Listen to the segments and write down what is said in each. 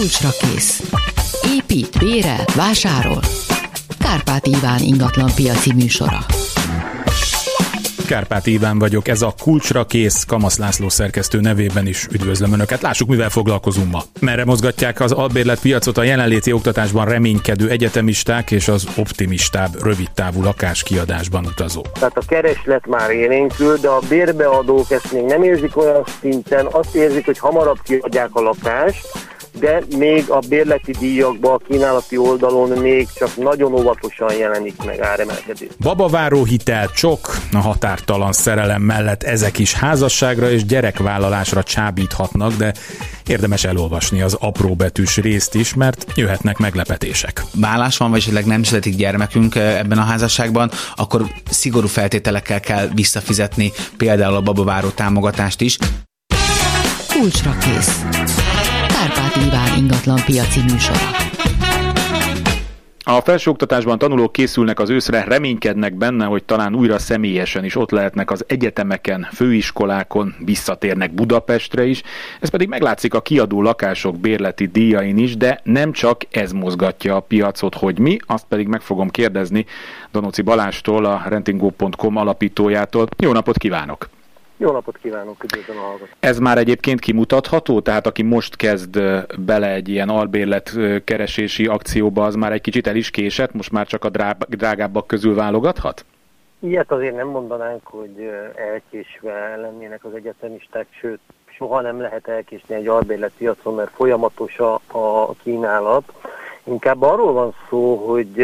Kulcsra kész. Épít, bérel, vásárol. Kárpát Iván ingatlanpiaci műsora. Kárpát Iván vagyok, ez a Kulcsra kész, Kamasz László szerkesztő nevében is üdvözlöm Önöket. Lássuk, mivel foglalkozunk ma. Merre mozgatják az albérletpiacot a jelenléti oktatásban reménykedő egyetemisták és az optimistább, rövidtávú lakáskiadásban utazók. Tehát a kereslet már élénkül, de a bérbeadók ezt még nem érzik olyan szinten, azt érzik, hogy hamarabb kiadják a lakást, de még a bérleti díjakban, a kínálati oldalon még csak nagyon óvatosan jelenik meg áremelkedés. Babaváró hitel, csok, a határtalan szerelem mellett ezek is házasságra és gyerekvállalásra csábíthatnak, de érdemes elolvasni az apróbetűs részt is, mert jöhetnek meglepetések. Vállás van, vagy esetleg nem születik gyermekünk ebben a házasságban, akkor szigorú feltételekkel kell visszafizetni például a babaváró támogatást is. Kulcsra kész. Kárpát Iván ingatlanpiaci műsora. A felsőoktatásban tanulók készülnek az őszre, reménykednek benne, hogy talán újra személyesen is ott lehetnek az egyetemeken, főiskolákon, visszatérnek Budapestre is. Ez pedig meglátszik a kiadó lakások bérleti díjain is, de nem csak ez mozgatja a piacot, hogy mi, azt pedig meg fogom kérdezni Donóci Balástól, a rentinggo.com alapítójától. Jó napot kívánok! Jó napot kívánok, üdvözlöm a hallgatót. Ez már egyébként kimutatható? Tehát aki most kezd bele egy ilyen albérlet keresési akcióba, az már egy kicsit el is késett, most már csak a drágábbak közül válogathat? Ilyet azért nem mondanánk, hogy elkésve lennének az egyetemisták, sőt, soha nem lehet elkésni egy albérletpiacon, mert folyamatos a kínálat. Inkább arról van szó, hogy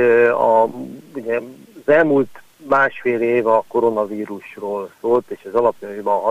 ugye az elmúlt másfél év a koronavírusról szólt, és ez alapjában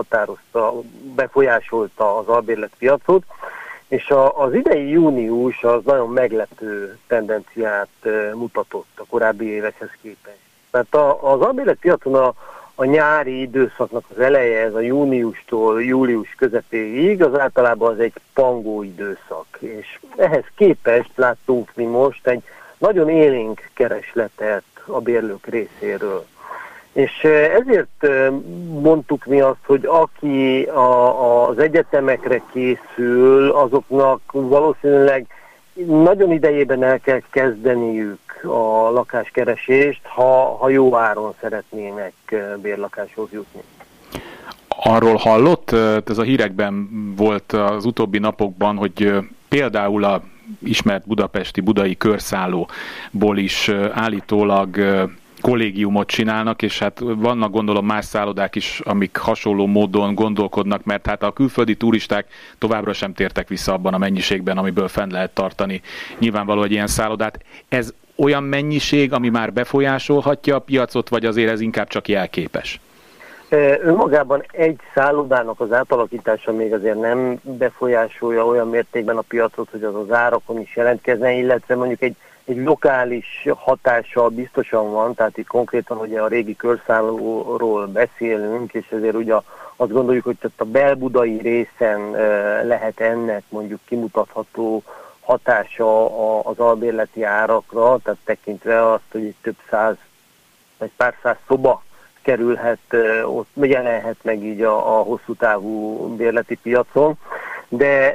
befolyásolta az albérletpiacot, és az idei június az nagyon meglepő tendenciát mutatott a korábbi évekhez képest. Tehát az albérletpiacon a nyári időszaknak az eleje, ez a júniustól július közepéig, az általában az egy pangó időszak, és ehhez képest láttunk mi most egy nagyon élénk keresletet a bérlők részéről. És ezért mondtuk mi azt, hogy aki az egyetemekre készül, azoknak valószínűleg nagyon idejében el kell kezdeniük a lakáskeresést, ha jó áron szeretnének bérlakáshoz jutni. Arról hallott, ez a hírekben volt az utóbbi napokban, hogy például a ismert budai körszállóból is állítólag kollégiumot csinálnak, és hát vannak gondolom más szállodák is, amik hasonló módon gondolkodnak, mert hát a külföldi turisták továbbra sem tértek vissza abban a mennyiségben, amiből fenn lehet tartani nyilvánvaló egy ilyen szállodát. Ez olyan mennyiség, ami már befolyásolhatja a piacot, vagy azért ez inkább csak jelképes? Önmagában egy szállodának az átalakítása még azért nem befolyásolja olyan mértékben a piacot, hogy az árakon is jelentkezne, illetve mondjuk egy lokális hatása biztosan van, tehát itt konkrétan ugye a régi körszállóról beszélünk, és ezért ugye azt gondoljuk, hogy a belbudai részen lehet ennek mondjuk kimutatható hatása az albérleti árakra, tehát tekintve azt, hogy több száz, vagy pár száz szoba kerülhet, ott jelenhet meg így a hosszú távú bérleti piacon, de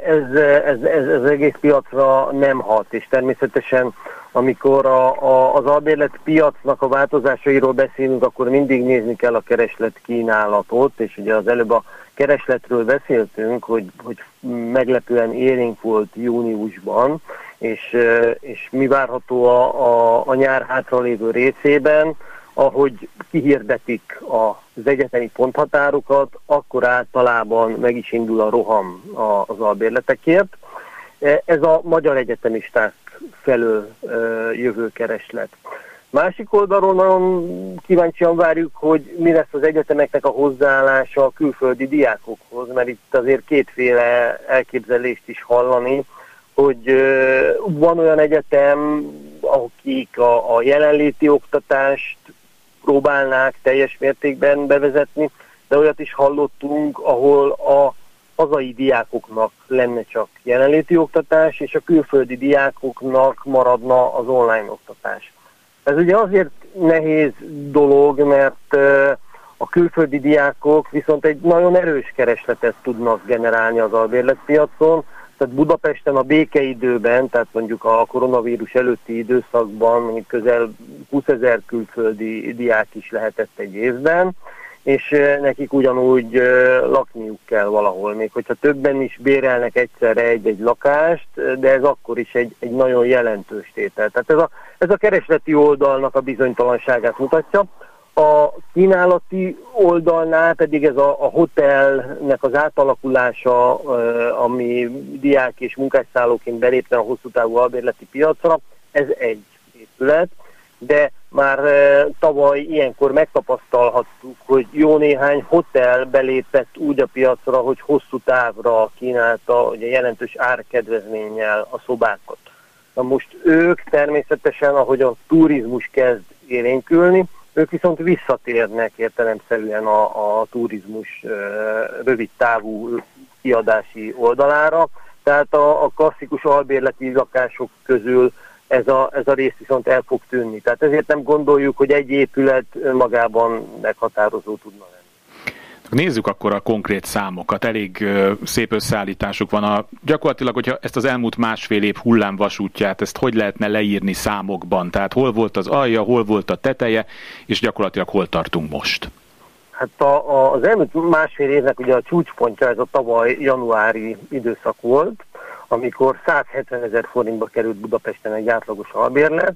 ez egész piacra nem hat, és természetesen amikor az albérlet piacnak a változásairól beszélünk, akkor mindig nézni kell a kereslet kínálatot, és ugye az előbb a keresletről beszéltünk, hogy meglepően élénk volt júniusban, és mi várható a nyár hátralévő részében, ahogy kihirdetik az egyetemi ponthatárokat, akkor általában meg is indul a roham az albérletekért. Ez a magyar egyetemisták felől jövő kereslet. Másik oldalon nagyon kíváncsian várjuk, hogy mi lesz az egyetemeknek a hozzáállása a külföldi diákokhoz, mert itt azért kétféle elképzelést is hallani, hogy van olyan egyetem, akik a jelenléti oktatást próbálnák teljes mértékben bevezetni, de olyat is hallottunk, ahol a hazai diákoknak lenne csak jelenléti oktatás, és a külföldi diákoknak maradna az online oktatás. Ez ugye azért nehéz dolog, mert a külföldi diákok viszont egy nagyon erős keresletet tudnak generálni az albérletpiacon, Tehát Budapesten a békeidőben, tehát mondjuk a koronavírus előtti időszakban mondjuk közel 20 000 külföldi diák is lehetett egy évben, és nekik ugyanúgy lakniuk kell valahol, még hogyha többen is bérelnek egyszerre egy lakást, de ez akkor is egy nagyon jelentős tétel. Tehát ez a keresleti oldalnak a bizonytalanságát mutatja. A kínálati oldalnál pedig ez a hotelnek az átalakulása, ami diák és munkásszállóként belépne a hosszú távú albérleti piacra, ez egy épület, de már tavaly ilyenkor megtapasztalhattuk, hogy jó néhány hotel belépett úgy a piacra, hogy hosszú távra kínálta ugye jelentős árkedvezménnyel a szobákat. Na most ők természetesen, ahogy a turizmus kezd élénkülni, ők viszont visszatérnek értelemszerűen a turizmus rövid távú kiadási oldalára, tehát a klasszikus albérleti lakások közül ez a rész viszont el fog tűnni. Tehát ezért nem gondoljuk, hogy egy épület önmagában meghatározó tudna lenni. Nézzük akkor a konkrét számokat. Elég szép összeállításuk van. Gyakorlatilag, hogyha ezt az elmúlt másfél év hullámvasútját, ezt hogy lehetne leírni számokban? Tehát hol volt az alja, hol volt a teteje, és gyakorlatilag hol tartunk most? Hát az elmúlt másfél évnek ugye a csúcspontja ez a tavaly januári időszak volt, amikor 170 000 forintba került Budapesten egy átlagos albérlet,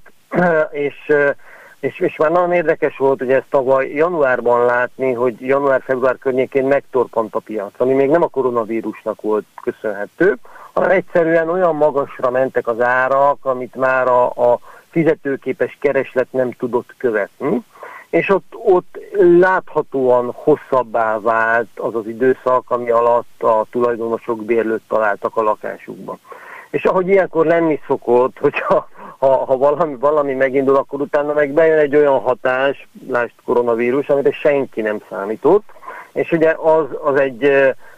és már nagyon érdekes volt, hogy ezt tavaly januárban látni, hogy január-február környékén megtorpant a piac, ami még nem a koronavírusnak volt köszönhető, hanem egyszerűen olyan magasra mentek az árak, amit már a fizetőképes kereslet nem tudott követni, és ott láthatóan hosszabbá vált az az időszak, ami alatt a tulajdonosok bérlőt találtak a lakásukban. És ahogy ilyenkor lenni szokott, hogyha valami megindul, akkor utána meg bejön egy olyan hatás, lásd koronavírus, amire senki nem számított, és ugye az egy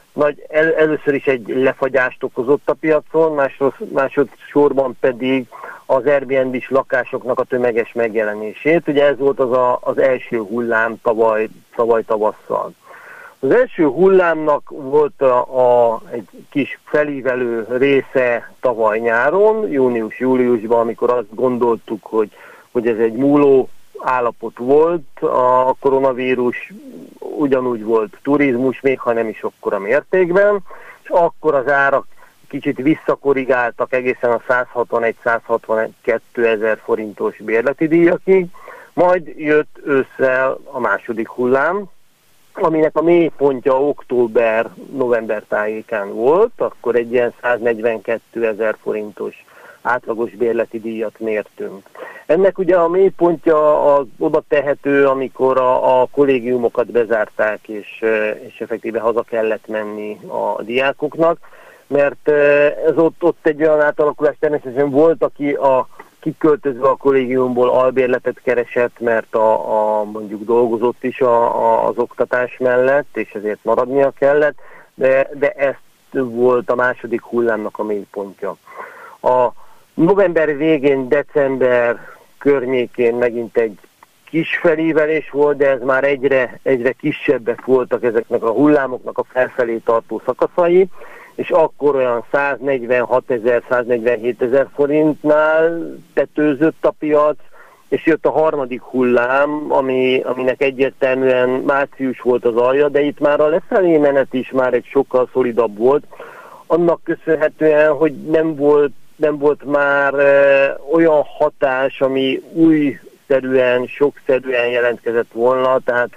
először is egy lefagyást okozott a piacon, másodszorban pedig az Airbnb-s lakásoknak a tömeges megjelenését. Ugye ez volt az első hullám tavaly tavasszal. Az első hullámnak volt egy kis felívelő része tavaly nyáron, június-júliusban, amikor azt gondoltuk, hogy ez egy múló állapot volt, a koronavírus ugyanúgy volt turizmus, még ha nem is akkora mértékben, és akkor az árak kicsit visszakorrigáltak egészen a 161-162 000 forintos bérleti díjakig, majd jött ősszel a második hullám, aminek a mélypontja október-november tájékán volt, akkor egy ilyen 142 000 forintos átlagos bérleti díjat mértünk. Ennek ugye a mélypontja az oda tehető, amikor a kollégiumokat bezárták, és effektíve haza kellett menni a diákoknak, mert ez ott egy olyan átalakulás természetesen volt, aki kiköltözve a kollégiumból albérletet keresett, mert mondjuk dolgozott is az oktatás mellett, és ezért maradnia kellett, de ez volt a második hullámnak a mélypontja. A november végén, december környékén megint egy kis felívelés volt, de ez már egyre kisebbek voltak ezeknek a hullámoknak a felfelé tartó szakaszai, és akkor olyan 146 000, 147 000 forintnál tetőzött a piac, és jött a harmadik hullám, aminek egyértelműen március volt az alja, de itt már a lefelé menet is már egy sokkal szolidabb volt, annak köszönhetően, hogy nem volt már olyan hatás, ami újszerűen, sokszerűen jelentkezett volna, tehát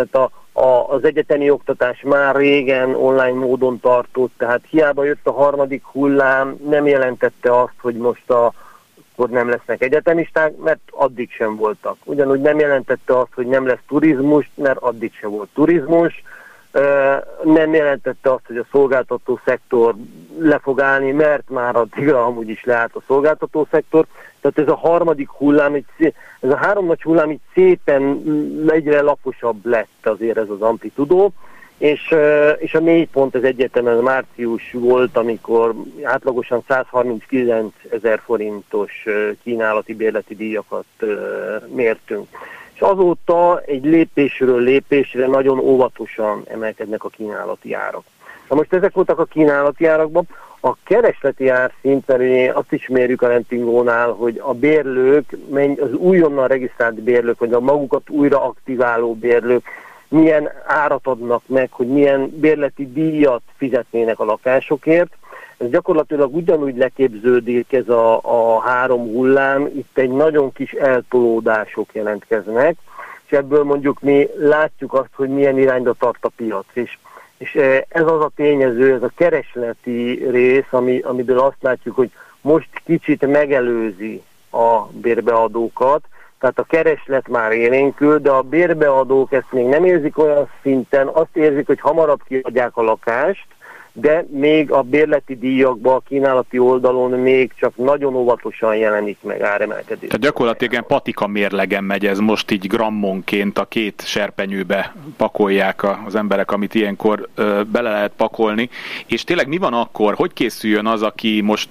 az egyetemi oktatás már régen online módon tartott, tehát hiába jött a harmadik hullám, nem jelentette azt, hogy most akkor nem lesznek egyetemisták, mert addig sem voltak. Ugyanúgy nem jelentette azt, hogy nem lesz turizmus, mert addig sem volt turizmus. Nem jelentette azt, hogy a szolgáltató szektor le fog állni, mert már addigra amúgy is leállt a szolgáltató szektor. Tehát ez a harmadik hullám, ez a három nagy hullám így szépen egyre laposabb lett azért ez az amplitudó, és a mélypont ez egyetemen március volt, amikor átlagosan 139 000 forintos kínálati bérleti díjakat mértünk. És azóta egy lépésről lépésre nagyon óvatosan emelkednek a kínálati árak. Na most ezek voltak a kínálati árakban. A keresleti árszint, mert azt is mérjük a Rentingónál, hogy a bérlők, az újonnan regisztrált bérlők, vagy a magukat újra aktiváló bérlők milyen árat adnak meg, hogy milyen bérleti díjat fizetnének a lakásokért. Ez gyakorlatilag ugyanúgy leképződik ez a három hullám, itt egy nagyon kis eltolódások jelentkeznek, és ebből mondjuk mi látjuk azt, hogy milyen irányba tart a piac is. És ez az a tényező, ez a keresleti rész, amiből azt látjuk, hogy most kicsit megelőzi a bérbeadókat, tehát a kereslet már élénkül, de a bérbeadók ezt még nem érzik olyan szinten, azt érzik, hogy hamarabb kiadják a lakást, de még a bérleti díjakban, a kínálati oldalon még csak nagyon óvatosan jelenik meg áremelkedés. Tehát gyakorlatilag ilyen patika mérlegen megy ez most így grammonként a két serpenyőbe pakolják az emberek, amit ilyenkor bele lehet pakolni. És tényleg mi van akkor? Hogy készüljön az, aki most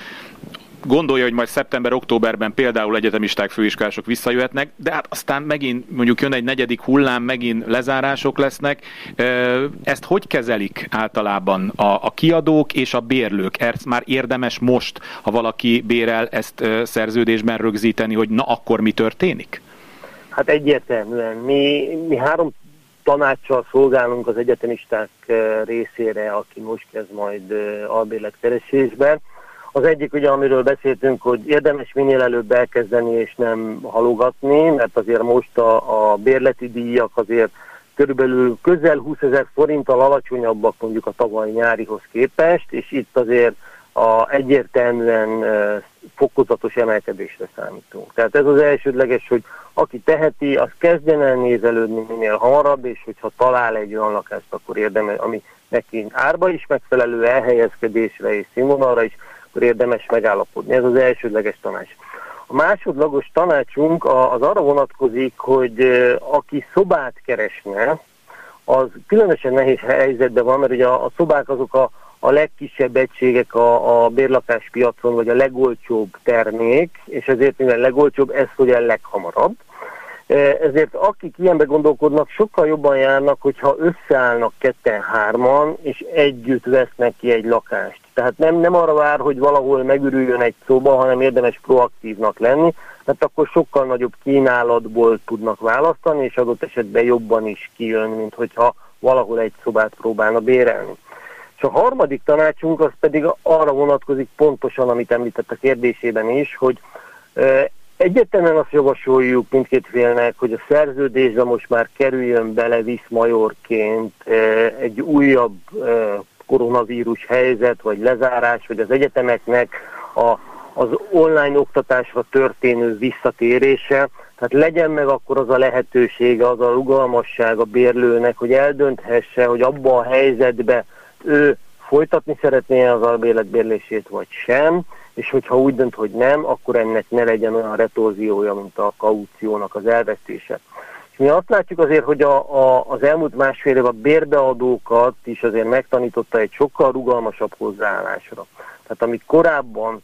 gondolja, hogy majd szeptember-októberben például egyetemisták, főiskolások visszajöhetnek, de hát aztán megint mondjuk jön egy negyedik hullám, megint lezárások lesznek. Ezt hogy kezelik általában a kiadók és a bérlők? Ezt már érdemes most, ha valaki bérel, ezt szerződésben rögzíteni, hogy na akkor mi történik? Hát egyértelműen. Mi három tanácssal szolgálunk az egyetemisták részére, aki most kezd majd albérletkeresésben. Az egyik ugye, amiről beszéltünk, hogy érdemes minél előbb elkezdeni és nem halogatni, mert azért most a bérleti díjak azért körülbelül közel 20 000 forinttal alacsonyabbak mondjuk a tavalyi nyárihoz képest, és itt azért egyértelműen fokozatos emelkedésre számítunk. Tehát ez az elsődleges, hogy aki teheti, az kezdjen el nézelődni minél hamarabb, és hogyha talál egy olyan lakást, akkor érdemes, ami neki árba is megfelelő, elhelyezkedésre és színvonalra is, akkor érdemes megállapodni. Ez az elsődleges tanács. A másodlagos tanácsunk az arra vonatkozik, hogy aki szobát keresne, az különösen nehéz helyzetben van, mert ugye a szobák azok a legkisebb egységek a bérlakáspiacon, vagy a legolcsóbb termék, és ezért mivel legolcsóbb, ez hogy el leghamarabb. Ezért akik ilyenbe gondolkodnak, sokkal jobban járnak, hogyha összeállnak ketten-hárman, és együtt vesznek ki egy lakást. Tehát nem arra vár, hogy valahol megürüljön egy szoba, hanem érdemes proaktívnak lenni, mert akkor sokkal nagyobb kínálatból tudnak választani, és adott esetben jobban is kijön, mint hogyha valahol egy szobát próbálna bérelni. És a harmadik tanácsunk az pedig arra vonatkozik pontosan, amit említett a kérdésében is, hogy egyértelműen azt javasoljuk mindkét félnek, hogy a szerződésbe most már kerüljön bele viszmajorként egy újabb koronavírus helyzet, vagy lezárás, vagy az egyetemeknek az online oktatásra történő visszatérése. Tehát legyen meg akkor az a lehetősége, az a rugalmasság a bérlőnek, hogy eldönthesse, hogy abba a helyzetbe ő folytatni szeretné az albérletbérlését, vagy sem, és hogyha úgy dönt, hogy nem, akkor ennek ne legyen olyan retorziója, mint a kauciónak az elvesztése. És mi azt látjuk azért, hogy az elmúlt másfél év a bérbeadókat is azért megtanította egy sokkal rugalmasabb hozzáállásra. Tehát amit korábban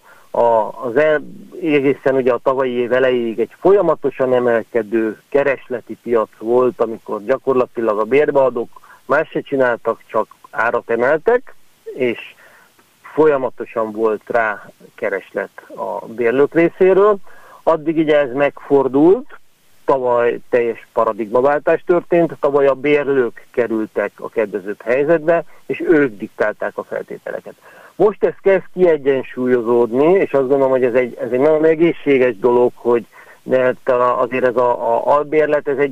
egészen ugye a tavalyi év elejéig egy folyamatosan emelkedő keresleti piac volt, amikor gyakorlatilag a bérbeadók más se csináltak, csak árat emeltek, és folyamatosan volt rá kereslet a bérlők részéről. Addig ugye ez megfordult, tavaly teljes paradigmaváltás történt, tavaly a bérlők kerültek a kedvezőbb helyzetbe, és ők diktálták a feltételeket. Most ez kezd kiegyensúlyozódni, és azt gondolom, hogy ez egy nagyon egészséges dolog, hogy de azért ez az albérlet, ez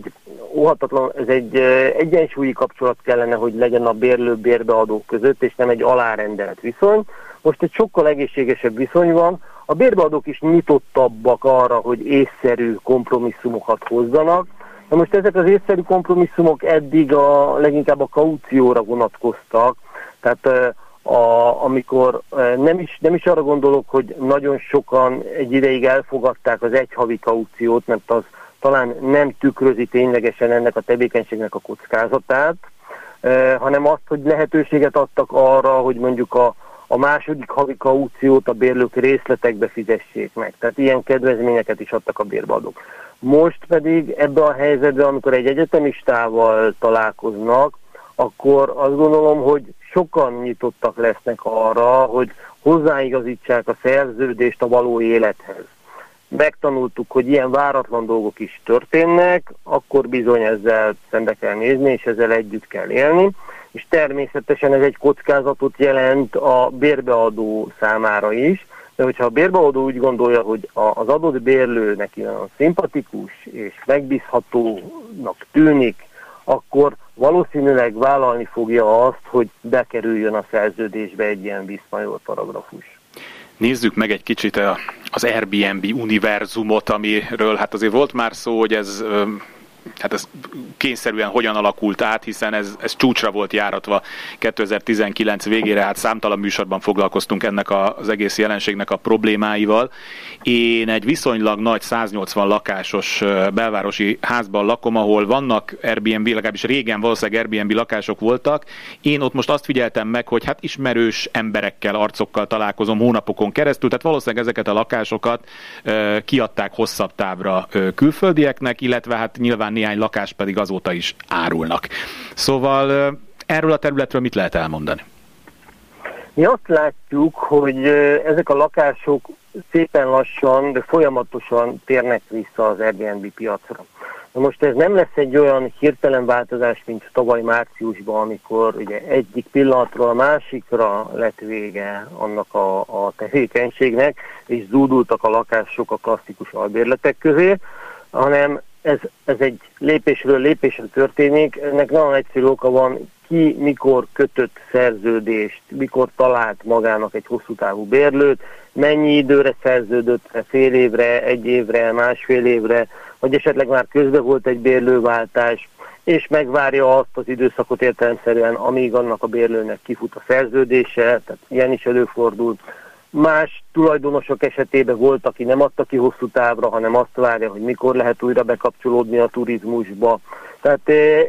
egy egyensúlyi kapcsolat kellene, hogy legyen a bérlő-bérbeadók között, és nem egy alárendelet viszony. Most egy sokkal egészségesebb viszony van, a bérbeadók is nyitottabbak arra, hogy észszerű kompromisszumokat hozzanak. Na most ezek az észszerű kompromisszumok eddig leginkább a kaucióra vonatkoztak, tehát amikor nem is arra gondolok, hogy nagyon sokan egy ideig elfogadták az egyhavi kauciót, mert az talán nem tükrözi ténylegesen ennek a tevékenységnek a kockázatát, hanem azt, hogy lehetőséget adtak arra, hogy mondjuk a második havi kauciót a bérlők részletekbe fizessék meg. Tehát ilyen kedvezményeket is adtak a bérbeadók. Most pedig ebben a helyzetben, amikor egy egyetemistával találkoznak, akkor azt gondolom, hogy sokan nyitottak lesznek arra, hogy hozzáigazítsák a szerződést a való élethez. Megtanultuk, hogy ilyen váratlan dolgok is történnek, akkor bizony ezzel szembe kell nézni, és ezzel együtt kell élni. És természetesen ez egy kockázatot jelent a bérbeadó számára is, de hogyha a bérbeadó úgy gondolja, hogy az adott bérlő neki nagyon szimpatikus és megbízhatónak tűnik, akkor valószínűleg vállalni fogja azt, hogy bekerüljön a szerződésbe egy ilyen viszmajor paragrafus. Nézzük meg egy kicsit az Airbnb univerzumot, amiről hát azért volt már szó, hogy ez kényszerűen hogyan alakult át, hiszen ez csúcsra volt járatva 2019 végére, hát számtalan műsorban foglalkoztunk ennek az egész jelenségnek a problémáival. Én egy viszonylag nagy 180 lakásos belvárosi házban lakom, ahol vannak Airbnb, legalábbis régen valószínűleg Airbnb lakások voltak. Én ott most azt figyeltem meg, hogy hát ismerős emberekkel, arcokkal találkozom hónapokon keresztül, tehát valószínűleg ezeket a lakásokat kiadták hosszabb távra külföldieknek, illetve hát nyilván néhány lakást pedig azóta is árulnak. Szóval erről a területről mit lehet elmondani? Mi azt látjuk, hogy ezek a lakások szépen lassan, de folyamatosan térnek vissza az Airbnb piacra. Na most ez nem lesz egy olyan hirtelen változás, mint tavaly márciusban, amikor ugye egyik pillanatról a másikra lett vége annak a tevékenységnek, és zúdultak a lakások a klasszikus albérletek közé, hanem ez egy lépésről lépésre történik. Ennek nagyon egyszerű oka van, ki mikor kötött szerződést, mikor talált magának egy hosszú távú bérlőt, mennyi időre szerződött, fél évre, egy évre, másfél évre, vagy esetleg már közben volt egy bérlőváltás, és megvárja azt az időszakot értelemszerűen, amíg annak a bérlőnek kifut a szerződése, tehát ilyen is előfordult. Más tulajdonosok esetében volt, aki nem adta ki hosszú távra, hanem azt várja, hogy mikor lehet újra bekapcsolódni a turizmusba. Tehát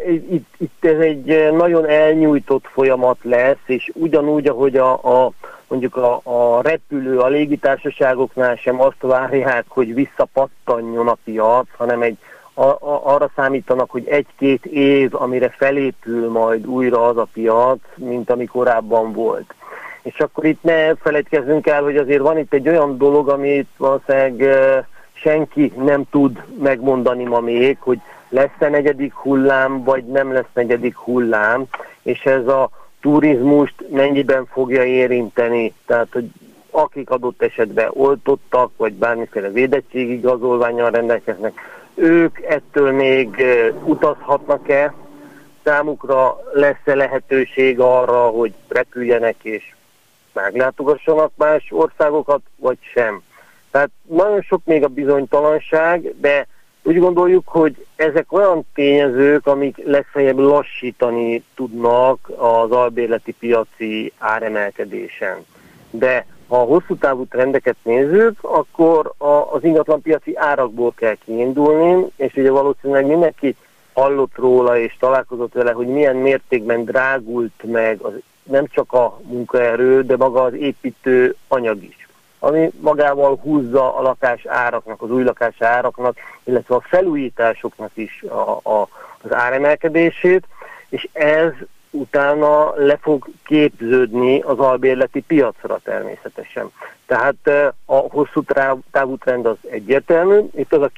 itt ez egy nagyon elnyújtott folyamat lesz, és ugyanúgy, ahogy mondjuk a repülő, a légitársaságoknál sem azt várják, hogy visszapattanjon a piac, hanem arra számítanak, hogy 1-2 év, amire felépül majd újra az a piac, mint ami korábban volt. És akkor itt ne feledkezzünk el, hogy azért van itt egy olyan dolog, amit valószínűleg senki nem tud megmondani ma még, hogy lesz-e negyedik hullám, vagy nem lesz negyedik hullám, és ez a turizmust mennyiben fogja érinteni. Tehát, hogy akik adott esetben oltottak, vagy bármiféle védettségigazolvánnyal rendelkeznek, ők ettől még utazhatnak-e, számukra lesz-e lehetőség arra, hogy repüljenek és meglátogassanak más országokat, vagy sem. Tehát nagyon sok még a bizonytalanság, de úgy gondoljuk, hogy ezek olyan tényezők, amik legfeljebb lassítani tudnak az albérleti piaci áremelkedésen. De ha a hosszú távú trendeket nézzük, akkor az ingatlanpiaci árakból kell kiindulni, és ugye valószínűleg mindenki hallott róla és találkozott vele, hogy milyen mértékben drágult meg nem csak a munkaerő, de maga az építő anyag is, ami magával húzza a lakás áraknak, az új lakás áraknak, illetve a felújításoknak is az áremelkedését, és ez utána le fog képződni az albérleti piacra természetesen. Tehát a hosszú távú trend az egyértelmű, itt az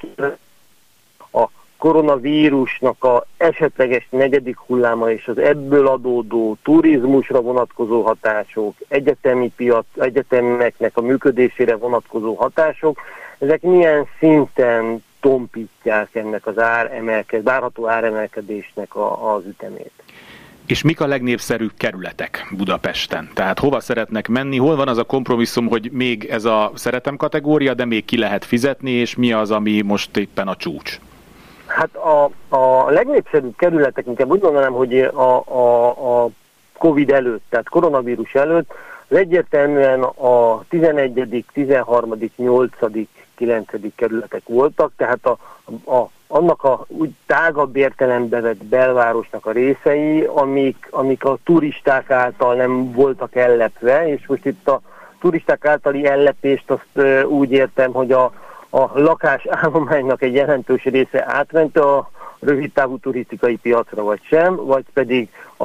a koronavírusnak a esetleges negyedik hulláma és az ebből adódó turizmusra vonatkozó hatások, egyetemeknek a működésére vonatkozó hatások, ezek milyen szinten tompítják ennek az várható áremelkedésnek az ütemét. És mik a legnépszerűbb kerületek Budapesten? Tehát hova szeretnek menni? Hol van az a kompromisszum, hogy még ez a szeretem kategória, de még ki lehet fizetni, és mi az, ami most éppen a csúcs? Hát a legnépszerűbb kerületek, inkább úgy mondanám, hogy a Covid előtt, tehát koronavírus előtt, az egyértelműen a 11., 13., 8., 9. kerületek voltak, tehát annak a úgy tágabb értelembe vett belvárosnak a részei, amik a turisták által nem voltak ellepve, és most itt a turisták általi ellepést azt úgy értem, hogy a lakásállománynak egy jelentős része átment a rövidtávú turisztikai piacra vagy sem, vagy pedig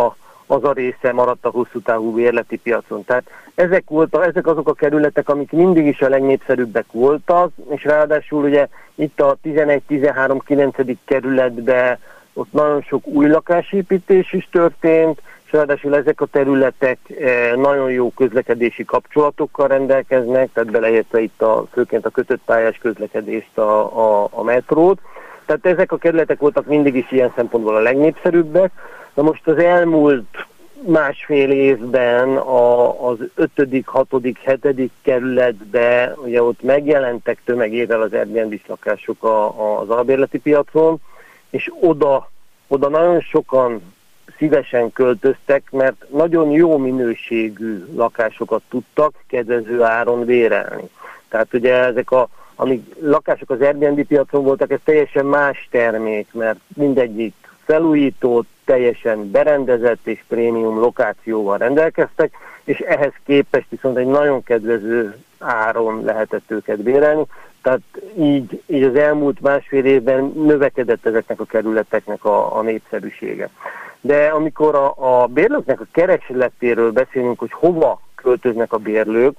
az a része maradt a hosszú távú bérleti piacon. Tehát ezek azok a kerületek, amik mindig is a legnépszerűbbek voltak, és ráadásul ugye itt a 11-13-9. kerületben ott nagyon sok új lakásépítés is történt, és ráadásul ezek a területek nagyon jó közlekedési kapcsolatokkal rendelkeznek, tehát beleértve itt főként a kötött pályás közlekedést, a metrót. Tehát ezek a kerületek voltak mindig is ilyen szempontból a legnépszerűbbek. Na most az elmúlt másfél évben az 5., 6., 7. kerületben, ugye ott megjelentek tömegével az Airbnb-s lakások az albérleti piacon, és oda nagyon sokan szívesen költöztek, mert nagyon jó minőségű lakásokat tudtak kedvező áron bérelni. Tehát ugye ezek amíg lakások az Airbnb piacon voltak, ez teljesen más termék, mert mindegyik felújított, teljesen berendezett és prémium lokációval rendelkeztek, és ehhez képest viszont egy nagyon kedvező áron lehetett őket bérelni. Tehát így az elmúlt másfél évben növekedett ezeknek a kerületeknek a népszerűsége. De amikor a bérlőknek a keresletéről beszélünk, hogy hova költöznek a bérlők,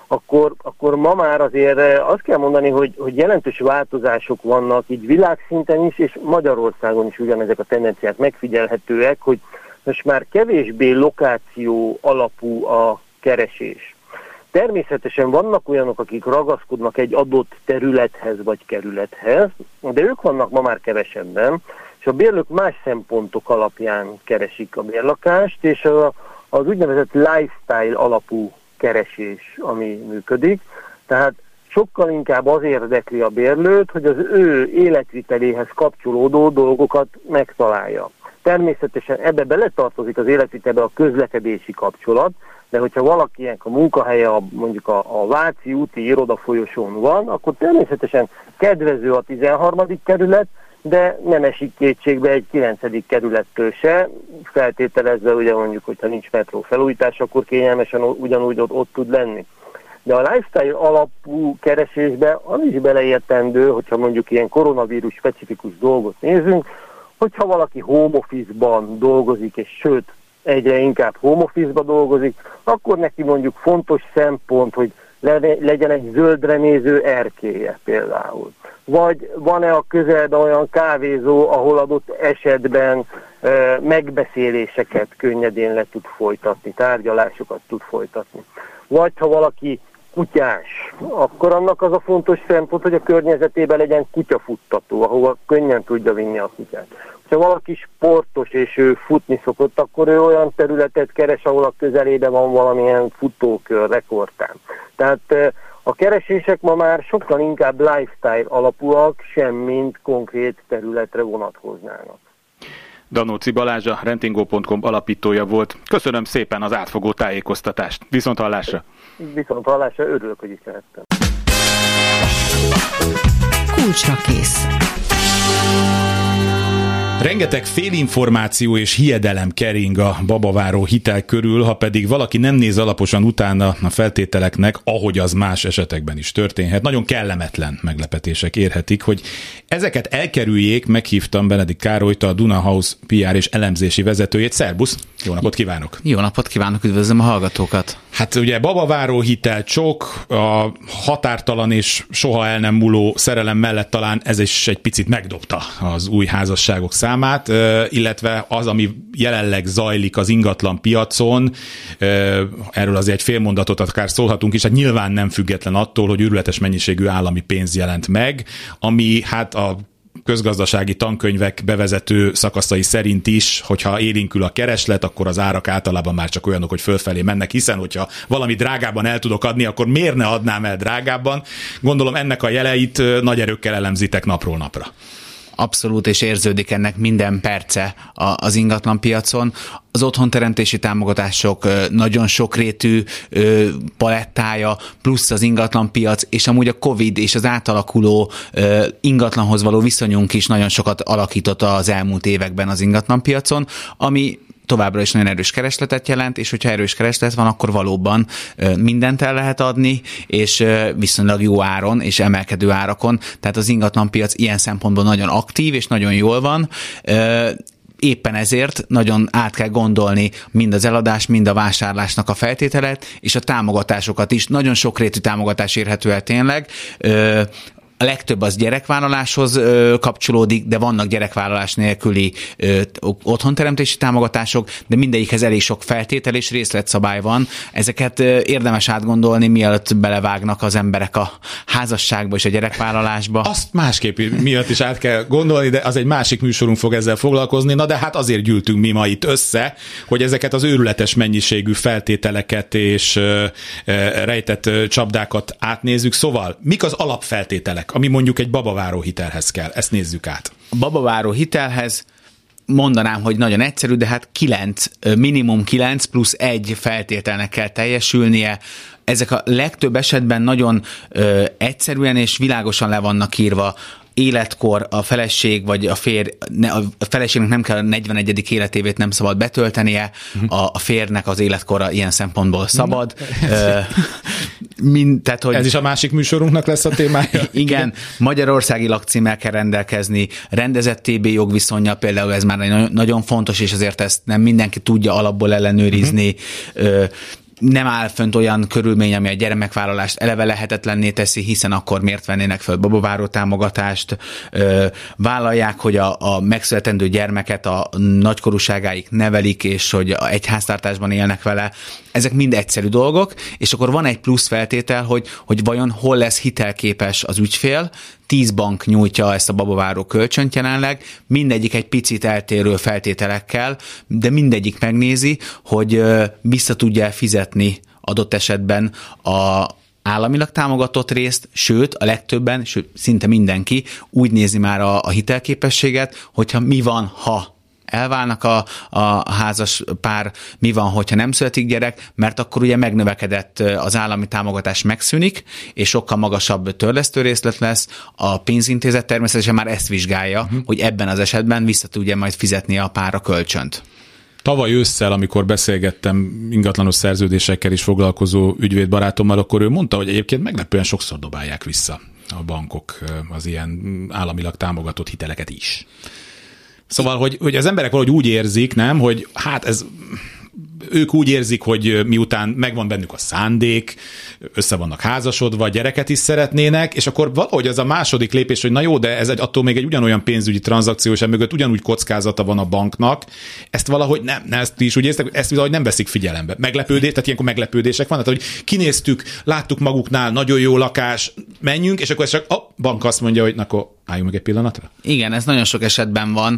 akkor ma már azért azt kell mondani, hogy jelentős változások vannak így világszinten is, és Magyarországon is ugyanezek a tendenciák megfigyelhetőek, hogy most már kevésbé lokáció alapú a keresés. Természetesen vannak olyanok, akik ragaszkodnak egy adott területhez vagy kerülethez, de ők vannak ma már kevesebben, és a bérlők más szempontok alapján keresik a bérlakást, és az úgynevezett lifestyle alapú keresés, ami működik. Tehát sokkal inkább az érdekli a bérlőt, hogy az ő életviteléhez kapcsolódó dolgokat megtalálja. Természetesen ebbe beletartozik az életvitelbe a közlekedési kapcsolat, de hogyha valakinek a munkahelye mondjuk a Váci úti irodafolyosón van, akkor természetesen kedvező a 13. kerület, de nem esik kétségbe egy 9. kerülettől se, feltételezve ugye mondjuk, hogyha nincs metró felújítás, akkor kényelmesen ugyanúgy ott tud lenni. De a lifestyle alapú keresésbe az is beleértendő, hogyha mondjuk ilyen koronavírus specifikus dolgot nézünk, hogyha valaki home office-ban dolgozik, és sőt, egyre inkább home office-ban dolgozik, akkor neki mondjuk fontos szempont, hogy legyen egy zöldre néző erkélye például. Vagy van-e a közelben olyan kávézó, ahol adott esetben megbeszéléseket könnyedén le tud folytatni, tárgyalásokat tud folytatni. Vagy ha valaki kutyás, akkor annak az a fontos szempont, hogy a környezetében legyen kutyafuttató, ahova könnyen tudja vinni a kutyát. Ha valaki sportos és ő futni szokott, akkor ő olyan területet keres, ahol a közelében van valamilyen futókör, rekordtám. Tehát a keresések ma már sokkal inkább lifestyle alapúak, semmint konkrét területre vonatkoznának. Danóci Balázs, a Rentingo.com alapítója volt. Köszönöm szépen az átfogó tájékoztatást. Viszont hallásra! Viszont hallásra, örülök, hogy itt lehettem. Kulcsra kész. Rengeteg félinformáció és hiedelem kering a babaváró hitel körül, ha pedig valaki nem néz alaposan utána a feltételeknek, ahogy az más esetekben is történhet. Nagyon kellemetlen meglepetések érhetik, hogy ezeket elkerüljék, meghívtam Benedikt Károlyt, a Duna House PR és elemzési vezetőjét. Szerbusz! Jó napot kívánok! Jó napot kívánok, üdvözlöm a hallgatókat! Hát ugye babaváró hitel csok, a határtalan és soha el nem múló szerelem mellett talán ez is egy picit megdobta az új házasságok számát, illetve az, ami jelenleg zajlik az ingatlan piacon, erről azért egy fél mondatot akár szólhatunk is, hát nyilván nem független attól, hogy őrületes mennyiségű állami pénz jelent meg, ami hát a közgazdasági tankönyvek bevezető szakaszai szerint is, hogyha élénkül a kereslet, akkor az árak általában már csak olyanok, hogy fölfelé mennek, hiszen hogyha valami drágában el tudok adni, akkor miért ne adnám el drágábban? Gondolom ennek a jeleit nagy erőkkel elemzitek napról napra. Abszolút, és érződik ennek minden perce az ingatlan piacon. Az otthonteremtési támogatások nagyon sokrétű palettája, plusz az ingatlan piac, és amúgy a Covid és az átalakuló ingatlanhoz való viszonyunk is nagyon sokat alakította az elmúlt években az ingatlan piacon, ami továbbra is nagyon erős keresletet jelent, és hogyha erős kereslet van, akkor valóban mindent el lehet adni, és viszonylag jó áron, és emelkedő árakon. Tehát az ingatlanpiac ilyen szempontból nagyon aktív, és nagyon jól van. éppen ezért nagyon át kell gondolni mind az eladás, mind a vásárlásnak a feltételet, és a támogatásokat is. Nagyon sokrétű támogatás érhető el tényleg. A legtöbb az gyerekvállaláshoz kapcsolódik, de vannak gyerekvállalás nélküli otthonteremtési támogatások, de mindegyikhez elég sok feltétel és részletszabály van. Ezeket érdemes átgondolni, mielőtt belevágnak az emberek a házasságba és a gyerekvállalásba. Azt másképp miatt is át kell gondolni, de az egy másik műsorunk fog ezzel foglalkozni. Na de hát azért gyűltünk mi ma itt össze, hogy ezeket az őrületes mennyiségű feltételeket és rejtett csapdákat átnézzük. Szóval mik az alapfeltételek, ami mondjuk egy babaváró hitelhez kell? Ezt nézzük át. A babaváró hitelhez mondanám, hogy nagyon egyszerű, de hát minimum 9 plusz 1 feltételnek kell teljesülnie. Ezek a legtöbb esetben nagyon egyszerűen és világosan le vannak írva. Életkor, a feleség vagy a férj, a feleségnek nem kell a 41. életévét nem szabad betöltenie, a férjnek az életkora ilyen szempontból szabad. Tehát, hogy ez is a másik műsorunknak lesz a témája. Igen, magyarországi lakcímmel kell rendelkezni, rendezett TB jogviszonnyal például ez már nagyon fontos, és azért ezt nem mindenki tudja alapból ellenőrizni. Nem áll fönt olyan körülmény, ami a gyermekvállalást eleve lehetetlenné teszi, hiszen akkor miért vennének föl babaváró támogatást, vállalják, hogy a megszületendő gyermeket a nagykorúságáig nevelik, és hogy egy háztartásban élnek vele. Ezek mind egyszerű dolgok, és akkor van egy plusz feltétel, hogy vajon hol lesz hitelképes az ügyfél. 10 bank nyújtja ezt a babaváró kölcsönt jelenleg, mindegyik egy picit eltérő feltételekkel, de mindegyik megnézi, hogy vissza tudja fizetni adott esetben a államilag támogatott részt, sőt, a legtöbben, sőt, szinte mindenki úgy nézi már a hitelképességet, hogyha mi van, ha elválnak a házas pár, mi van, hogyha nem születik gyerek, mert akkor ugye megnövekedett az állami támogatás megszűnik, és sokkal magasabb törlesztőrészlet lesz. A pénzintézet természetesen már ezt vizsgálja, hogy ebben az esetben vissza tudja majd fizetni a pár a kölcsönt. Tavaly ősszel, amikor beszélgettem ingatlanos szerződésekkel is foglalkozó ügyvédbarátommal, akkor ő mondta, hogy egyébként meglepően sokszor dobálják vissza a bankok az ilyen államilag támogatott hiteleket is. Szóval, hogy az emberek valahogy úgy érzik, nem, hogy hát ők úgy érzik, hogy miután megvan bennük a szándék, össze vannak házasodva, gyereket is szeretnének, és akkor valahogy az a második lépés, hogy na jó, de ez attól még egy ugyanolyan pénzügyi tranzakció, és mögött ugyanúgy kockázata van a banknak, ezt valahogy nem ezt is úgy érzek, ezt valahogy nem veszik figyelembe. Meglepődés, tehát ilyenkor meglepődések vannak, hogy kinéztük, láttuk maguknál, nagyon jó lakás, menjünk, és akkor csak a bank azt mondja, hogy na akkor álljunk meg egy pillanatra. Igen, ez nagyon sok esetben van,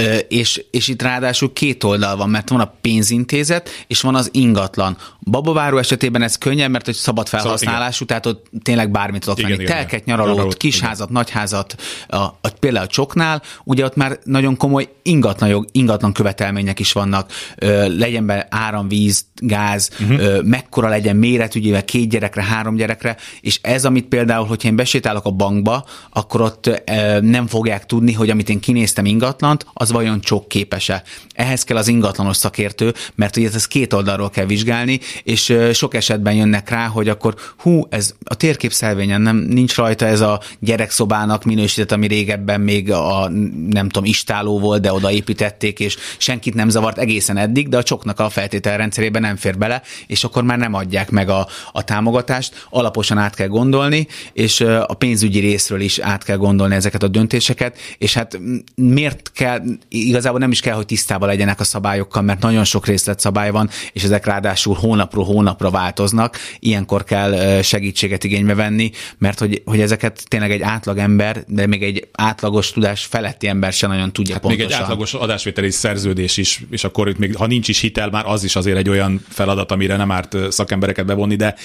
és itt ráadásul két oldal van, mert van a pénzintézet, és van az ingatlan. Babaváró esetében ez könnyebb, mert hogy szabad felhasználású, tehát ott tényleg bármit tudok venni. Telket, nyaralót, kisházat, nagyházat, például a csoknál, ugye ott már nagyon komoly ingatlan követelmények is vannak. Legyen be áram, víz, gáz, mekkora legyen méretügyével 2 gyerekre, 3 gyerekre, és ez, amit például, hogyha én besétálok a bankba, akkor ott nem fogják tudni, hogy amit én kinéztem ingatlant, az vajon csokképes-e. Ehhez kell az ingatlanos szakértő, mert ugye ezt 2 oldalról kell vizsgálni, és sok esetben jönnek rá, hogy akkor ez a térképszelvényen nincs rajta ez a gyerekszobának minősített, ami régebben még nem tudom, istáló volt, de oda építették, és senkit nem zavart egészen eddig, de a csoknak a feltételrendszerében nem fér bele, és akkor már nem adják meg a támogatást. Alaposan át kell gondolni, és a pénzügyi részről is át kell gondolni ezeket a döntéseket, és hát miért kell, igazából nem is kell, hogy tisztában legyenek a szabályokkal, mert nagyon sok részletszabály van, és ezek ráadásul hónapról hónapra változnak, ilyenkor kell segítséget igénybe venni, mert hogy ezeket tényleg egy átlag ember, de még egy átlagos tudás feletti ember sem nagyon tudja hát pontosan. Még egy átlagos adásvételi szerződés is, és akkor itt még, ha nincs is hitel, már az is azért egy olyan feladat, amire nem árt szakembereket bevonni, de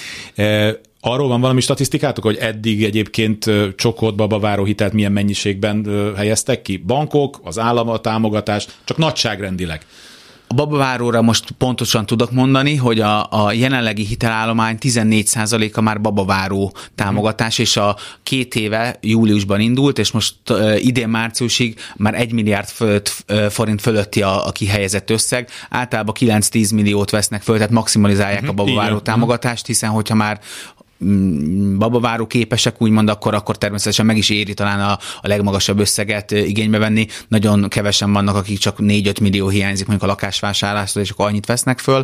arról van valami statisztikátok, hogy eddig egyébként csokot, babaváró hitelt milyen mennyiségben helyeztek ki? Bankok, az állam a támogatás, csak nagyságrendileg. A babaváróra most pontosan tudok mondani, hogy a jelenlegi hitelállomány 14%-a már babaváró támogatás, és a 2 éve júliusban indult, és most idén márciusig már 1 milliárd forint fölötti a kihelyezett összeg. Általában 9-10 milliót vesznek föl, tehát maximalizálják a babaváró támogatást, hiszen hogyha már babaváró képesek, úgymond, akkor természetesen meg is éri talán a legmagasabb összeget igénybe venni. Nagyon kevesen vannak, akik csak 4-5 millió hiányzik mondjuk a lakásvásárlástól, és akkor annyit vesznek föl,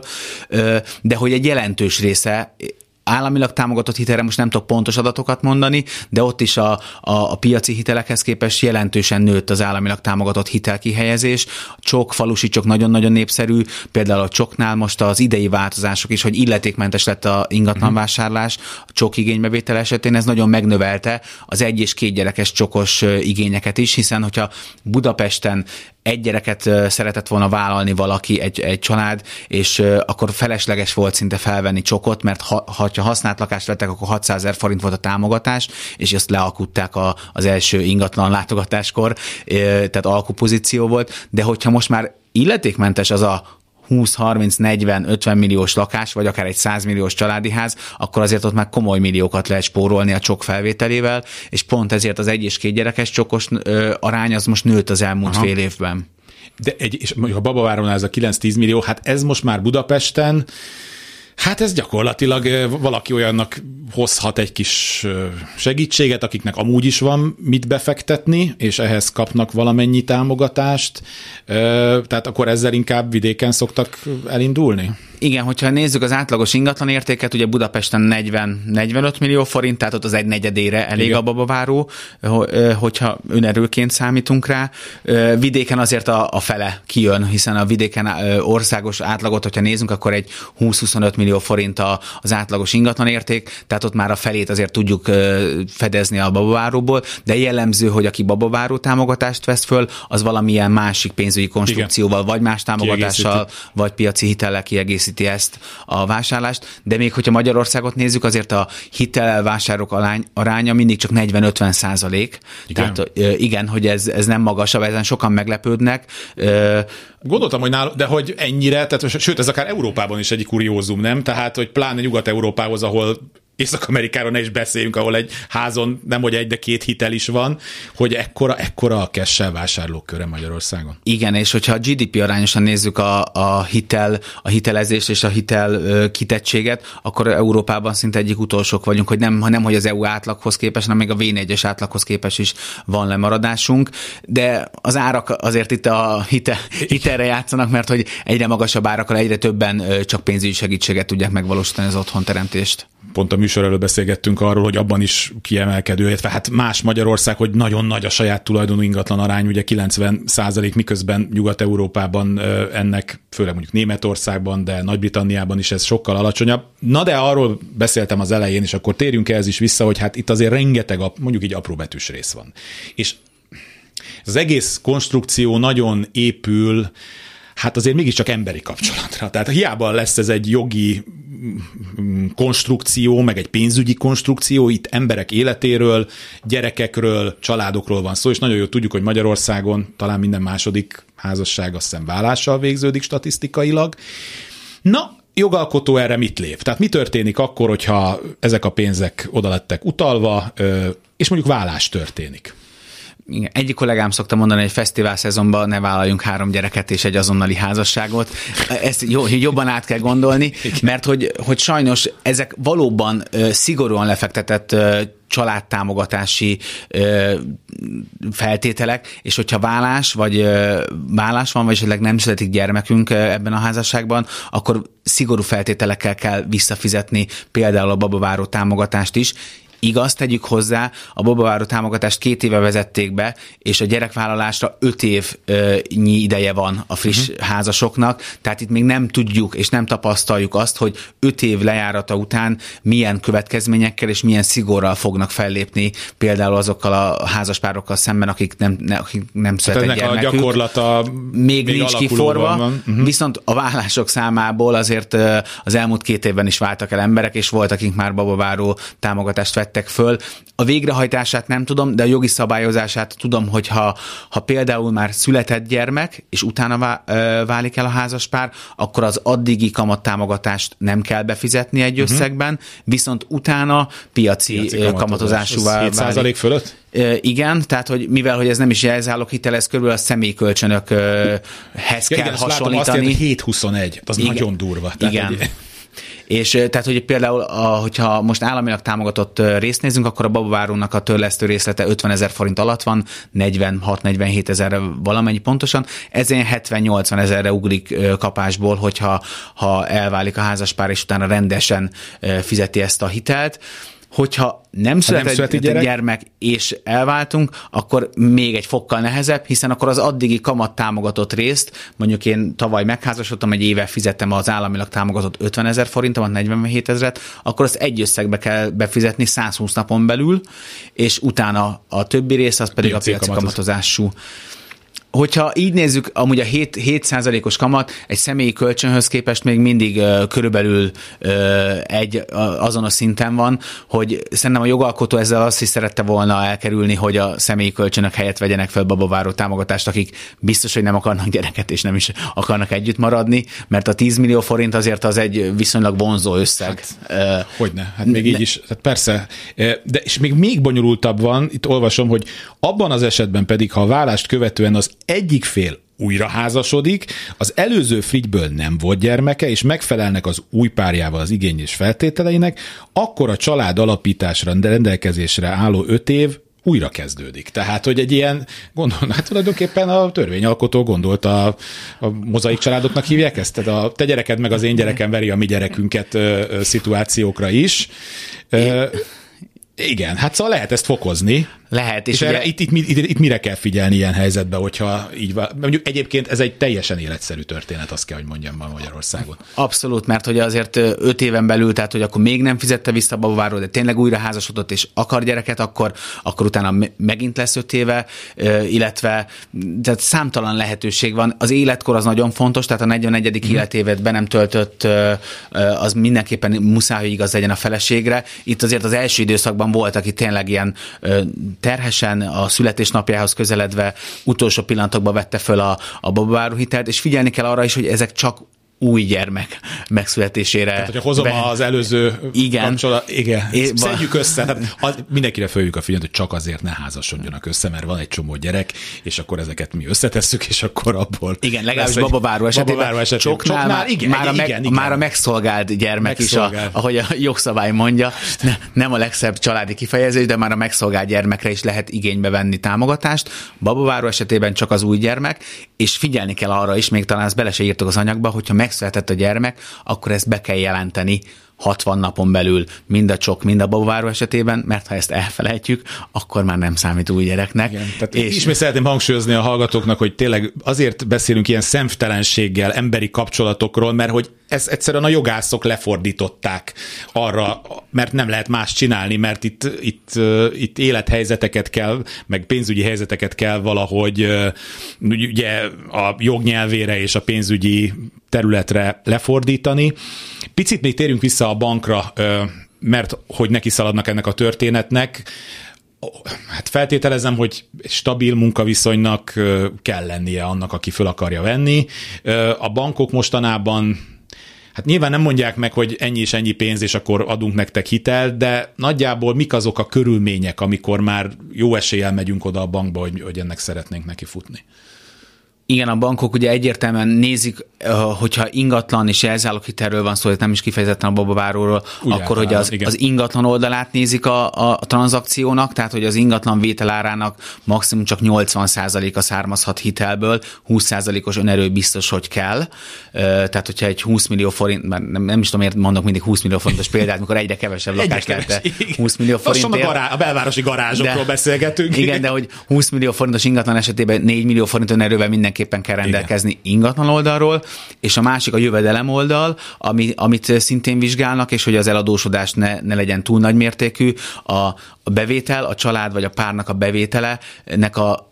de hogy egy jelentős része államilag támogatott hitelre most nem tudok pontos adatokat mondani, de ott is a piaci hitelekhez képest jelentősen nőtt az államilag támogatott hitelkihelyezés. Csok, falusi csok nagyon-nagyon népszerű, például a csoknál most az idei változások is, hogy illetékmentes lett a ingatlanvásárlás, a csok igénybevétel esetén ez nagyon megnövelte az 1 és 2 gyerekes csokos igényeket is, hiszen hogyha Budapesten egy gyereket szeretett volna vállalni valaki, egy család, és akkor felesleges volt szinte felvenni csokot, mert ha használt lakást vettek, akkor 600 000 forint volt a támogatás, és ezt lealkutták az első ingatlan látogatáskor, tehát alkupozíció volt, de hogyha most már illetékmentes az a 20, 30, 40, 50 milliós lakás, vagy akár egy 100 milliós családi ház, akkor azért ott már komoly milliókat lehet spórolni a csok felvételével, és pont ezért az 1 és 2 gyerekes csokos arány az most nőtt az elmúlt fél évben. De és mondjuk a Babaváron ez a 9-10 millió, hát ez most már Budapesten, hát ez gyakorlatilag valaki olyannak hozhat egy kis segítséget, akiknek amúgy is van mit befektetni, és ehhez kapnak valamennyi támogatást, tehát akkor ezzel inkább vidéken szoktak elindulni? Igen, hogyha nézzük az átlagos ingatlan értéket, ugye Budapesten 40-45 millió forint, tehát ott az 1/4-ére elég a babaváró, hogyha önerőként számítunk rá. Vidéken azért a fele kijön, hiszen a vidéken országos átlagot, hogyha nézzünk, akkor egy 20-25 millió forint az átlagos ingatlan érték, tehát ott már a felét azért tudjuk fedezni a babaváróból, de jellemző, hogy aki babaváró támogatást vesz föl, az valamilyen másik pénzügyi konstrukcióval, vagy más támogatással, vagy piaci hitellel kiegészíti ezt a vásárlást, de még hogyha Magyarországot nézzük, azért a hitellel-vásárok aránya mindig csak 40-50%. Tehát igen, hogy ez nem magasabb, ezen sokan meglepődnek. Gondoltam, hogy de hogy ennyire, tehát, sőt, ez akár Európában is egy kuriózum, nem? Tehát, hogy pláne Nyugat-Európához, ahol Észak-Amerikáról ne is beszéljünk, ahol egy házon nem hogy 1, de 2 hitel is van, hogy ekkora a cash-sel vásárlók köre Magyarországon. Igen, és hogyha a GDP arányosan nézzük a hitelezést és a hitel kitettséget, akkor Európában szinte egyik utolsók vagyunk, hogy nem hogy az EU átlaghoz képest, hanem még a V4-es átlaghoz képest is van lemaradásunk, de az árak azért itt a hitelre játszanak, mert hogy egyre magasabb árakkal egyre többen csak pénzügyi segítséget tudják megvalósítani az otthonteremtést. Pont a műsor előtt beszélgettünk arról, hogy abban is kiemelkedő, illetve hát más Magyarország, hogy nagyon nagy a saját tulajdonú ingatlan arány, ugye 90%, miközben Nyugat-Európában ennek, főleg mondjuk Németországban, de Nagy-Britanniában is ez sokkal alacsonyabb. Na de arról beszéltem az elején, és akkor térjünk ehhez is vissza, hogy hát itt azért rengeteg, mondjuk így apróbetűs rész van. És az egész konstrukció nagyon épül, hát azért mégiscsak emberi kapcsolatra. Tehát hiába lesz ez egy jogi konstrukció, meg egy pénzügyi konstrukció, itt emberek életéről, gyerekekről, családokról van szó, és nagyon jól tudjuk, hogy Magyarországon talán minden második házasság azt hiszem vállással végződik statisztikailag. Na, jogalkotó erre mit lép? Tehát mi történik akkor, hogyha ezek a pénzek oda lettek utalva, és mondjuk vállás történik? Igen. Egyik kollégám szokta mondani, hogy fesztivál szezonban ne vállaljunk 3 gyereket és egy azonnali házasságot. Ezt jobban át kell gondolni, mert hogy sajnos ezek valóban szigorúan lefektetett családtámogatási feltételek, és hogyha vállás van, vagy esetleg nem születik gyermekünk ebben a házasságban, akkor szigorú feltételekkel kell visszafizetni például a babaváró támogatást is. Igaz, tegyük hozzá, a babaváró támogatást 2 éve vezették be, és a gyerekvállalásra 5 évnyi ideje van a friss házasoknak, tehát itt még nem tudjuk és nem tapasztaljuk azt, hogy 5 év lejárata után milyen következményekkel és milyen szigorral fognak fellépni például azokkal a házaspárokkal szemben, akik nem született gyermekük. A gyakorlata még nincs kiforva, viszont a vállások számából azért az elmúlt 2 évben is váltak el emberek, és voltak, akik már babaváró támogatást vettek föl. A végrehajtását nem tudom, de a jogi szabályozását tudom, hogy ha például már született gyermek, és utána válik el a házaspár, akkor az addigi kamattámogatást nem kell befizetni egy összegben, viszont utána piaci kamatozásúvá válik. 7% fölött? Igen, tehát hogy mivel hogy ez nem is jelzáloghitel, ez körülbelül a személykölcsönökhez kell hasonlítani. Azt jelenti, hogy 7-21, az igen, nagyon durva. Tehát igen. És tehát, hogy például, hogyha most államilag támogatott részt nézünk, akkor a babavárónak a törlesztő részlete 50 000 forint alatt van, 46-47 ezerre valamennyi pontosan, ezért 70-80 ezerre ugrik kapásból, hogyha elválik a házaspár, és utána rendesen fizeti ezt a hitelt. Hogyha nem született gyermek és elváltunk, akkor még egy fokkal nehezebb, hiszen akkor az addigi kamat támogatott részt, mondjuk én tavaly megházasodtam, egy éve fizettem az államilag támogatott 50 000 forintomat, 47 ezeret, akkor azt egy összegbe kell befizetni 120 napon belül, és utána a többi rész az pedig a piaci kamatozású. Hogyha így nézzük, amúgy a 7%-os kamat egy személyi kölcsönhöz képest még mindig körülbelül egy azonos szinten van, hogy szerintem a jogalkotó ezzel azt is szerette volna elkerülni, hogy a személyi kölcsönök helyett vegyenek fel babaváró támogatást, akik biztos, hogy nem akarnak gyereket, és nem is akarnak együtt maradni, mert a 10 millió forint azért az egy viszonylag vonzó összeg. Hogyne, hát még így is, tehát persze, de és még bonyolultabb van, itt olvasom, hogy abban az esetben pedig, ha a válást követően az egyik fél újra házasodik, az előző frigyből nem volt gyermeke, és megfelelnek az új párjával az igény és feltételeinek, akkor a család alapításra rendelkezésre álló 5 év újra kezdődik. Tehát, hogy egy ilyen, hát tulajdonképpen a törvényalkotó gondolt a mozaik családoknak hívják ezt, tehát a te gyereked meg az én gyerekem veri a mi gyerekünket szituációkra is. Igen, hát szóval lehet ezt fokozni. Lehet. És erre, itt mire kell figyelni ilyen helyzetben, hogyha így van. Mondjuk egyébként ez egy teljesen életszerű történet, azt kell, hogy mondjam ma Magyarországon. Abszolút, mert hogy azért 5 éven belül, tehát hogy akkor még nem fizette vissza a babaváró, de tényleg újra házasodott és akar gyereket, akkor utána megint lesz 5 éve, illetve tehát számtalan lehetőség van. Az életkor az nagyon fontos, tehát a 44. életévet be nem töltött, az mindenképpen muszáj, hogy igaz legyen a feleségre. Itt azért az első időszakban volt, aki tényleg ilyen terhesen a születésnapjához közeledve utolsó pillanatokban vette föl a babaváró hitelt, és figyelni kell arra is, hogy ezek csak új gyermek megszületésére. Tehát, hogyha hozom az előző kapcsolat, igen. Szedjük össze, hát mindenkire följük a figyelmet, hogy csak azért ne házasodjanak össze, mert van egy csomó gyerek, és akkor ezeket mi összetesszük, és akkor abból... Igen, legalábbis babaváró esetében. Csoknál már a megszolgált gyermek is, ahogy a jogszabály mondja, nem a legszebb családi kifejezés, de már a megszolgált gyermekre is lehet igénybe venni támogatást. Babaváró esetében csak az új gyermek, és figyelni kell arra is, még talán ezt bele se írtok az anyagba, hogyha megszületett a gyermek, akkor ezt be kell jelenteni 60 napon belül mind a csok, mind a babaváró esetében, mert ha ezt elfelejtjük, akkor már nem számít új gyereknek. Igen, tehát ismét szeretném hangsúlyozni a hallgatóknak, hogy tényleg azért beszélünk ilyen szemtelenséggel, emberi kapcsolatokról, mert hogy ezt egyszerűen a jogászok lefordították arra, mert nem lehet más csinálni, mert itt élethelyzeteket kell, meg pénzügyi helyzeteket kell valahogy ugye a jognyelvére és a pénzügyi területre lefordítani. Picit még térjünk vissza a bankra, mert hogy neki szaladnak ennek a történetnek. Hát feltételezem, hogy stabil munkaviszonynak kell lennie annak, aki föl akarja venni. A bankok mostanában hát nyilván nem mondják meg, hogy ennyi és ennyi pénz, és akkor adunk nektek hitelt, de nagyjából mik azok a körülmények, amikor már jó eséllyel megyünk oda a bankba, hogy ennek szeretnénk neki futni? Igen, a bankok ugye egyértelműen nézik, hogyha ingatlan és jelzáloghitelről van szó, hogy nem is kifejezetten a babaváróról, akkor hogy az ingatlan oldalát nézik a tranzakciónak, tehát hogy az ingatlan vételárának maximum csak 80%-a származhat hitelből, 20%-os önerő biztos, hogy kell. Tehát, hogyha egy 20 millió forint, nem is tudom, miért mondok mindig 20 millió forintos példát, mikor egyre kevesebb lakást lehet 20 millió forintért. A belvárosi garázsokról beszélgetünk. Igen, de hogy 20 millió forintos ingatlan esetében 4 millió forint önerővel mindenképpen kell rendelkezni ingatlan oldalról, és a másik a jövedelem oldal, amit szintén vizsgálnak, és hogy az eladósodás ne legyen túl nagy mértékű. A bevétel, a család vagy a párnak a bevételenek a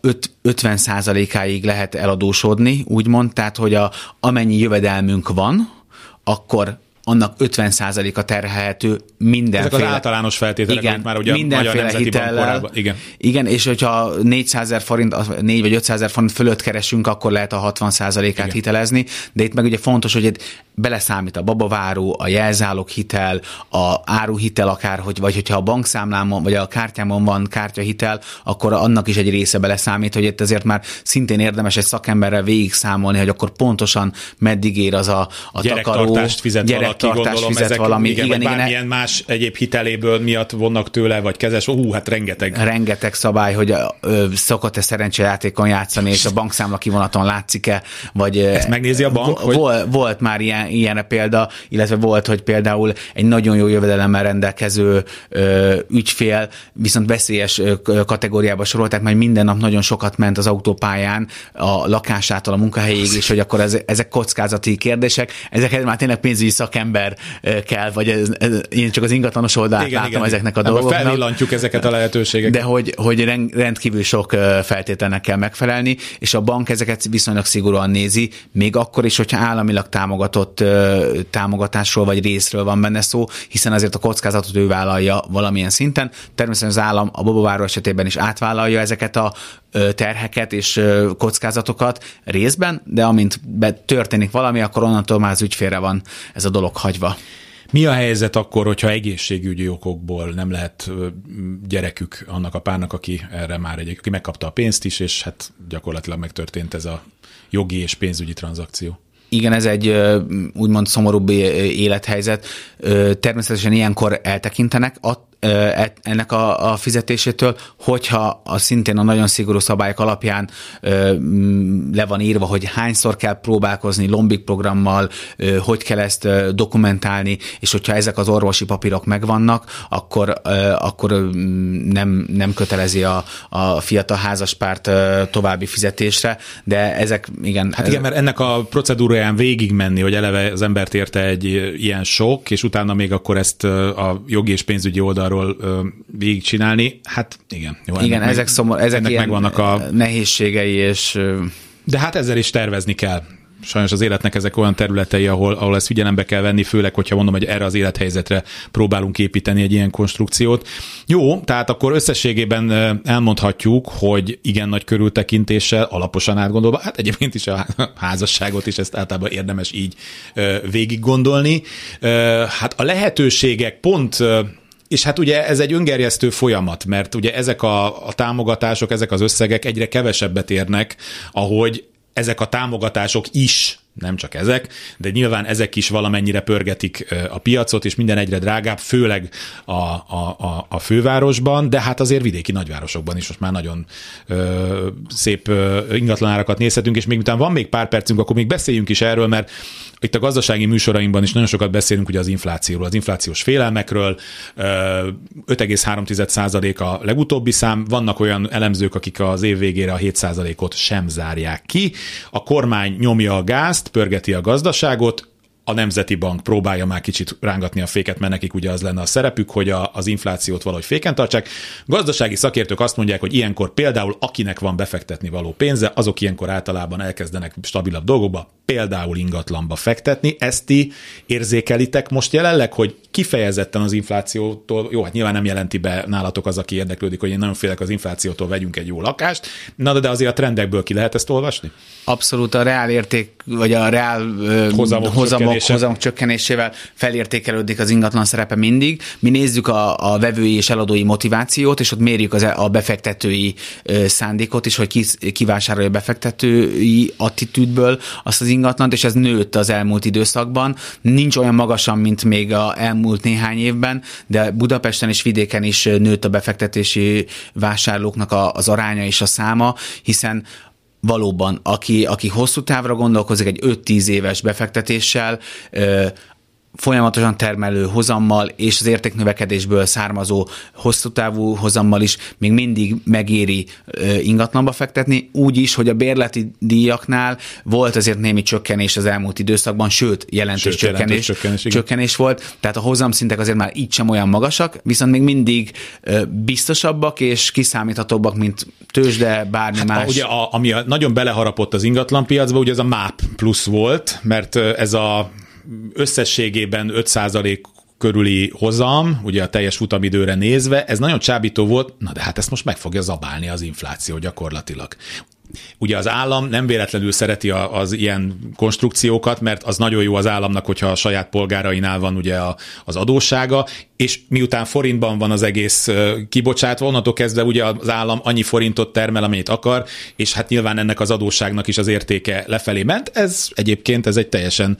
50%-áig lehet eladósodni, úgymond, tehát hogy amennyi jövedelmünk van, akkor annak 50%-a terhelhető mindenféle... Ezek az általános feltételek, igen, már ugye a Magyar Nemzeti Bank korábban. Igen, és hogyha 400 000 forint, 4 vagy 500 000 forint fölött keresünk, akkor lehet a 60%-át hitelezni, de itt meg ugye fontos, hogy beleszámít a babaváró, a jelzáloghitel, a áruhitel akárhogy, vagy hogyha a bankszámlámon, vagy a kártyámon van kártyahitel, akkor annak is egy része beleszámít, hogy itt azért már szintén érdemes egy szakemberrel végig számolni, hogy akkor pontosan meddig ér az a gyerektartást fizet valaki, gondolom, fizet valami. Igen, bármilyen más egyéb hiteléből miatt vonnak tőle, vagy kezes, hát rengeteg. Rengeteg szabály, hogy szokott-e szerencsejátékon játszani, és a bankszámla kivonaton látszik-e, vagy... Ezt megnézi a bank? Volt már ilyenre példa, illetve volt, hogy például egy nagyon jó jövedelemmel rendelkező ügyfél viszont veszélyes kategóriába sorolták, mert minden nap nagyon sokat ment az autópályán a lakásától a munkahelyig, és hogy akkor ezek kockázati kérdések, ezeket már tényleg pénzügyi szakember kell, vagy én csak az ingatlanos oldalát látom ezeknek a dolgoknak. Felvillantjuk ezeket a lehetőségeket. De hogy rendkívül sok feltételnek kell megfelelni, és a bank ezeket viszonylag szigorúan nézi, még akkor is, hogyha államilag támogatott támogatásról vagy részről van benne szó, hiszen azért a kockázatot ő vállalja valamilyen szinten. Természetesen az állam a babaváró esetében is átvállalja ezeket a terheket és kockázatokat részben, de amint történik valami, akkor onnantól már az ügyfélre van ez a dolog hagyva. Mi a helyzet akkor, hogyha egészségügyi okokból nem lehet gyerekük annak a párnak, aki erre már aki megkapta a pénzt is, és hát gyakorlatilag megtörtént ez a jogi és pénzügyi tranzakció? Igen, ez egy úgymond szomorúbb élethelyzet. Természetesen ilyenkor eltekintenek ennek a fizetésétől, hogyha szintén a nagyon szigorú szabályok alapján le van írva, hogy hányszor kell próbálkozni lombik programmal, hogy kell ezt dokumentálni, és hogyha ezek az orvosi papírok megvannak, akkor nem kötelezi a fiatal házaspárt további fizetésre, de ezek, igen. Hát igen, mert ennek a procedúráján végigmenni, hogy eleve az embert érte egy ilyen sok, és utána még akkor ezt a jogi és pénzügyi oldalról végigcsinálni, hát igen. Jó, igen, ezek ilyen megvannak a nehézségei, és... De hát ezzel is tervezni kell. Sajnos az életnek ezek olyan területei, ahol ezt figyelembe kell venni, főleg, hogyha mondom, hogy erre az élethelyzetre próbálunk építeni egy ilyen konstrukciót. Jó, tehát akkor összességében elmondhatjuk, hogy igen nagy körültekintéssel, alaposan átgondolva, hát egyébként is a házasságot is ezt általában érdemes így végig gondolni. Hát a lehetőségek pont... És hát ugye ez egy öngerjesztő folyamat, mert ugye ezek a támogatások, ezek az összegek egyre kevesebbet érnek, ahogy ezek a támogatások is, nem csak ezek, de nyilván ezek is valamennyire pörgetik a piacot, és minden egyre drágább, főleg a fővárosban, de hát azért vidéki nagyvárosokban is most már nagyon szép ingatlanárakat nézhetünk, és még utána van még pár percünk, akkor még beszéljünk is erről, mert itt a gazdasági műsorainkban is nagyon sokat beszélünk ugye az inflációról, az inflációs félelmekről, 5,3% a legutóbbi szám, vannak olyan elemzők, akik az év végére a 7%-ot sem zárják ki, a kormány nyomja a gázt, pörgeti a gazdaságot, a Nemzeti Bank próbálja már kicsit rángatni a féket, mert nekik ugye az lenne a szerepük, hogy az inflációt valahogy féken tartsák. Gazdasági szakértők azt mondják, hogy ilyenkor például akinek van befektetni való pénze, azok ilyenkor általában elkezdenek stabilabb dolgokba, például ingatlanba fektetni. Ezt ti érzékelitek most jelenleg, hogy kifejezetten az inflációtól, jó, hát nyilván nem jelenti be nálatok az, aki érdeklődik, hogy én nagyon félek az inflációtól, vegyünk egy jó lakást, de azért a trendekből ki lehet ezt olvasni? Abszolút a reál érték, vagy a reál hozamok csökkenésével felértékelődik az ingatlan szerepe mindig. Mi nézzük a vevői és eladói motivációt, és ott mérjük a befektetői szándékot is, hogy ki vásárolja a befektetői attitűdből azt az ingatlant, és ez nőtt az elmúlt időszakban. Nincs olyan magasan, mint még az elmúlt néhány évben, de Budapesten és vidéken is nőtt a befektetési vásárlóknak az aránya és a száma, hiszen valóban, aki hosszú távra gondolkozik, egy 5-10 éves befektetéssel, folyamatosan termelő hozammal és az értéknövekedésből származó hosszú távú hozammal is még mindig megéri ingatlanba fektetni, úgy is, hogy a bérleti díjaknál volt azért némi csökkenés az elmúlt időszakban, sőt, jelentős csökkenés volt, tehát a hozamszintek azért már így sem olyan magasak, viszont még mindig biztosabbak és kiszámíthatóbbak, mint tőzsde, bármi más. Ugye, ami nagyon beleharapott az ingatlanpiacba, ugye ez a MÁP plusz volt, mert ez a összességében 5% körüli hozam, ugye a teljes futamidőre nézve, ez nagyon csábító volt, na de hát ezt most meg fogja zabálni az infláció gyakorlatilag. Ugye az állam nem véletlenül szereti az ilyen konstrukciókat, mert az nagyon jó az államnak, hogyha a saját polgárainál van ugye az adóssága, és miután forintban van az egész kibocsátva, onnantól kezdve ugye az állam annyi forintot termel, amennyit akar, és hát nyilván ennek az adósságnak is az értéke lefelé ment. Ez egy teljesen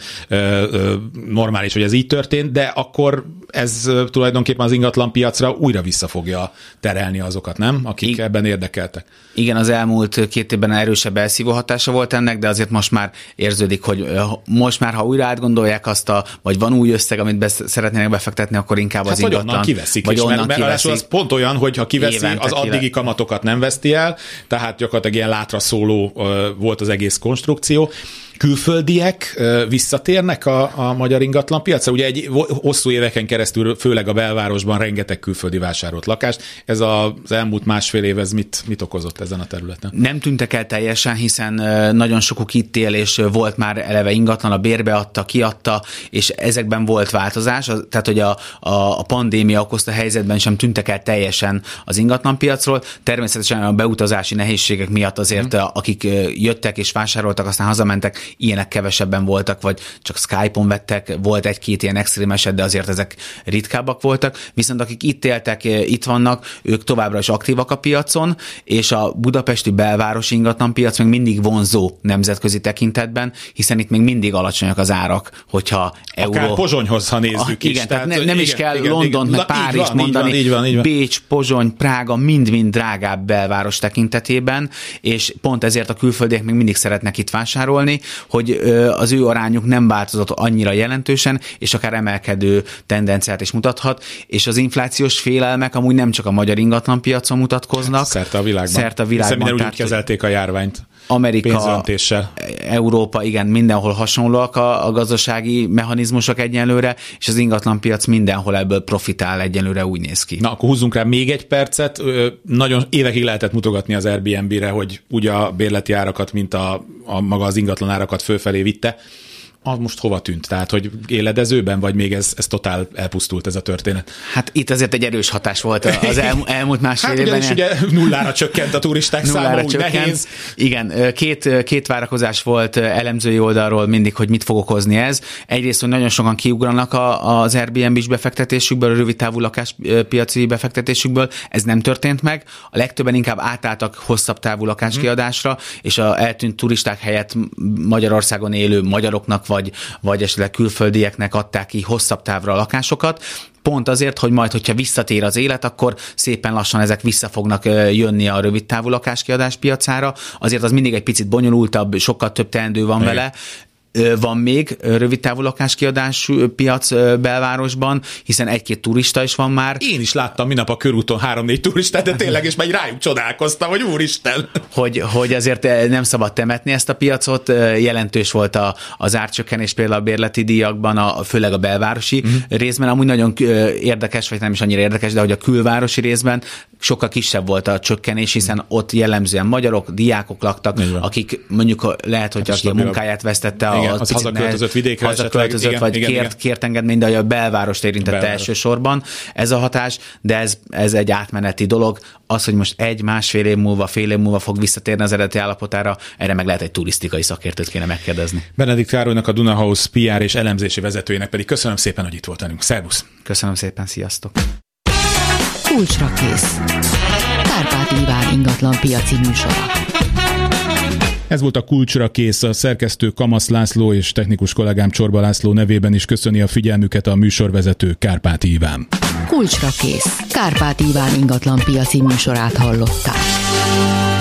normális, hogy ez így történt, de akkor ez tulajdonképpen az ingatlanpiacra újra vissza fogja terelni azokat, nem? Akik ebben érdekeltek. Igen, az elmúlt 2 évben erősebb elszívó hatása volt ennek, de azért most már érződik, hogy most már, ha újra átgondolják vagy van új összeg, amit szeretnének befektetni, akkor inkább az ingatlan. Vagy onnan kiveszik. Mert az pont olyan, hogy ha kiveszi, az addigi kamatokat nem veszti el, tehát gyakorlatilag ilyen látra szóló volt az egész konstrukció. Külföldiek visszatérnek a magyar ingatlanpiacra? Ugye egy hosszú éveken keresztül, főleg a belvárosban rengeteg külföldi vásárolt lakást. Ez az elmúlt 1,5 év, ez mit okozott ezen a területen? Nem tűntek el teljesen, hiszen nagyon sokuk itt él, és volt már eleve ingatlan, a bérbe adta, kiadta, és ezekben volt változás, tehát hogy a pandémia okozta helyzetben sem tűntek el teljesen az ingatlanpiacról. Természetesen a beutazási nehézségek miatt azért, akik jöttek és vásároltak, aztán hazamentek, ilyenek kevesebben voltak, vagy csak Skype-on vettek, volt 1-2 ilyen extrém eset, de azért ezek ritkábbak voltak, viszont akik itt éltek, itt vannak, ők továbbra is aktívak a piacon, és a budapesti belvárosi ingatlanpiac még mindig vonzó nemzetközi tekintetben, hiszen itt még mindig alacsonyak az árak, hogyha akár Pozsonyhoz, ha nézzük is. Igen, tehát nem is kell Londont, meg Párizst mondani, így van. Bécs, Pozsony, Prága mind-mind drágább belváros tekintetében, és pont ezért a külföldiek még mindig szeretnek itt vásárolni, hogy az ő arányuk nem változott annyira jelentősen, és akár emelkedő tendenciát is mutathat, és az inflációs félelmek amúgy nem csak a magyar ingatlanpiacon mutatkoznak. Szerte a világban. Hiszen minden úgy kezelték a járványt. Amerika, pénzöntéssel. Európa, igen, mindenhol hasonlóak a gazdasági mechanizmusok egyenlőre, és az ingatlanpiac mindenhol ebből profitál egyenlőre, úgy néz ki. Na, akkor húzzunk rá még egy percet. Nagyon évekig lehetett mutogatni az Airbnb-re, hogy úgy a bérleti árakat, mint a maga az ingatlan árakat fölfelé vitte. Az most hova tűnt? Tehát, hogy éledezőben, vagy még ez totál elpusztult ez a történet? Hát itt azért egy erős hatás volt az elmúlt másfél évben. Hát ugye nullára csökkent a turisták száma, úgy nehéz. Igen, két várakozás volt elemzői oldalról mindig, hogy mit fog okozni ez. Egyrészt, hogy nagyon sokan kiugranak az Airbnb-s befektetésükből, a rövidtávú lakáspiaci befektetésükből. Ez nem történt meg. A legtöbben inkább átálltak hosszabb távú lakáskiadásra, és a eltűnt turisták helyett Magyarországon élő magyaroknak vagy esetleg külföldieknek adták ki hosszabb távra a lakásokat, pont azért, hogy majd, hogyha visszatér az élet, akkor szépen lassan ezek vissza fognak jönni a rövidtávú lakáskiadás piacára. Azért az mindig egy picit bonyolultabb, sokkal több teendő van vele. Van még rövidtávú lakáskiadás piac belvárosban, hiszen 1-2 turista is van már. Én is láttam minap a körúton 3-4 turistát, de tényleg, és majd rájuk csodálkoztam, hogy úristen! Hogy azért nem szabad temetni ezt a piacot, jelentős volt az árcsökkenés például a bérleti díjakban, főleg a belvárosi részben, amúgy nagyon érdekes, vagy nem is annyira érdekes, de hogy a külvárosi részben sokkal kisebb volt a csökkenés, hiszen ott jellemzően magyarok, diákok laktak, akik mondjuk lehet, hogy aki a munkáját vesztette, az hazaköltözött vidékre, vagy kért engedményt, de a belvárost érintette elsősorban ez a hatás, de ez egy átmeneti dolog. Az, hogy most 1-1,5 év múlva, fél év múlva fog visszatérni az eredeti állapotára, erre meg lehet egy turisztikai szakértőt kéne megkérdezni. Benedikt Károlynak, a Duna House PR és elemzési vezetőjének pedig köszönöm szépen, hogy itt volt velünk. Szervusz! Köszönöm szépen, sziasztok! Kulcsra kész. Kárpáti Iván ingatlan piaci műsora. Ez volt a Kulcsra kész, a szerkesztő Kamasz László és technikus kollégám Csorba László nevében is köszöni a figyelmüket a műsorvezető Kárpáti Iván. Kulcsra kész. Kárpáti Iván ingatlan piaci műsorát hallották.